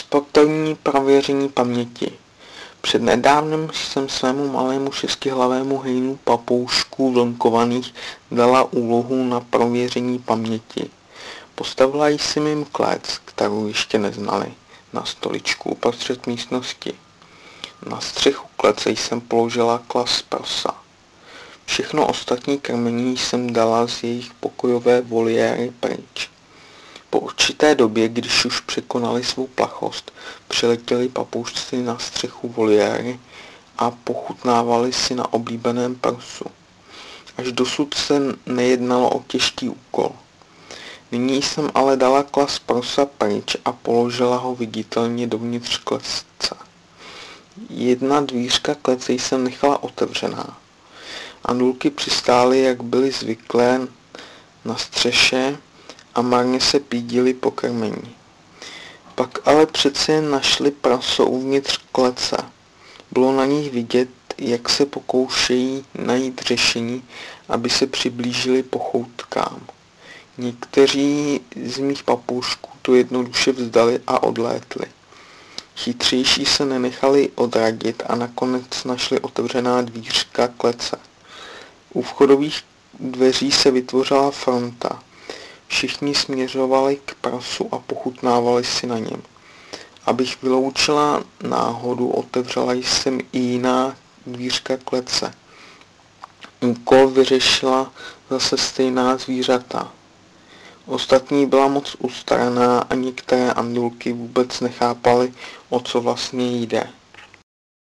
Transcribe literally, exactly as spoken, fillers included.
Sportovní prověření paměti. Přednedávnem jsem svému malému šestihlavému hejnu papoušku vlnkovaných dala úlohu na prověření paměti. Postavila jsem jim klec, kterou ještě neznali, na stoličku uprostřed místnosti. Na střechu klece jsem položila klas prasa. Všechno ostatní krmení jsem dala z jejich pokojové voliéry pryč. Po určité době, když už překonali svou plachost, přiletěli papoušci na střechu voliéry a pochutnávali si na oblíbeném prsu. Až dosud se nejednalo o těžký úkol. Nyní jsem ale dala klas prsa pryč a položila ho viditelně dovnitř klece. Jedna dvířka klece jsem nechala otevřená. Andulky přistály, jak byly zvyklé, na střeše a marně se pídili po krmení. Pak ale přece jen našli praso uvnitř klece. Bylo na nich vidět, jak se pokoušejí najít řešení, aby se přiblížili pochoutkám. Někteří z mých papoušků to jednoduše vzdali a odlétli. Chytřejší se nenechali odradit a nakonec našli otevřená dvířka klece. U vchodových dveří se vytvořila fronta. Všichni směřovali k prasu a pochutnávali si na něm. Abych vyloučila náhodu, otevřela jsem i jiná dvířka klece. Úkol vyřešila zase stejná zvířata. Ostatní byla moc ustaraná a některé andulky vůbec nechápaly, o co vlastně jde.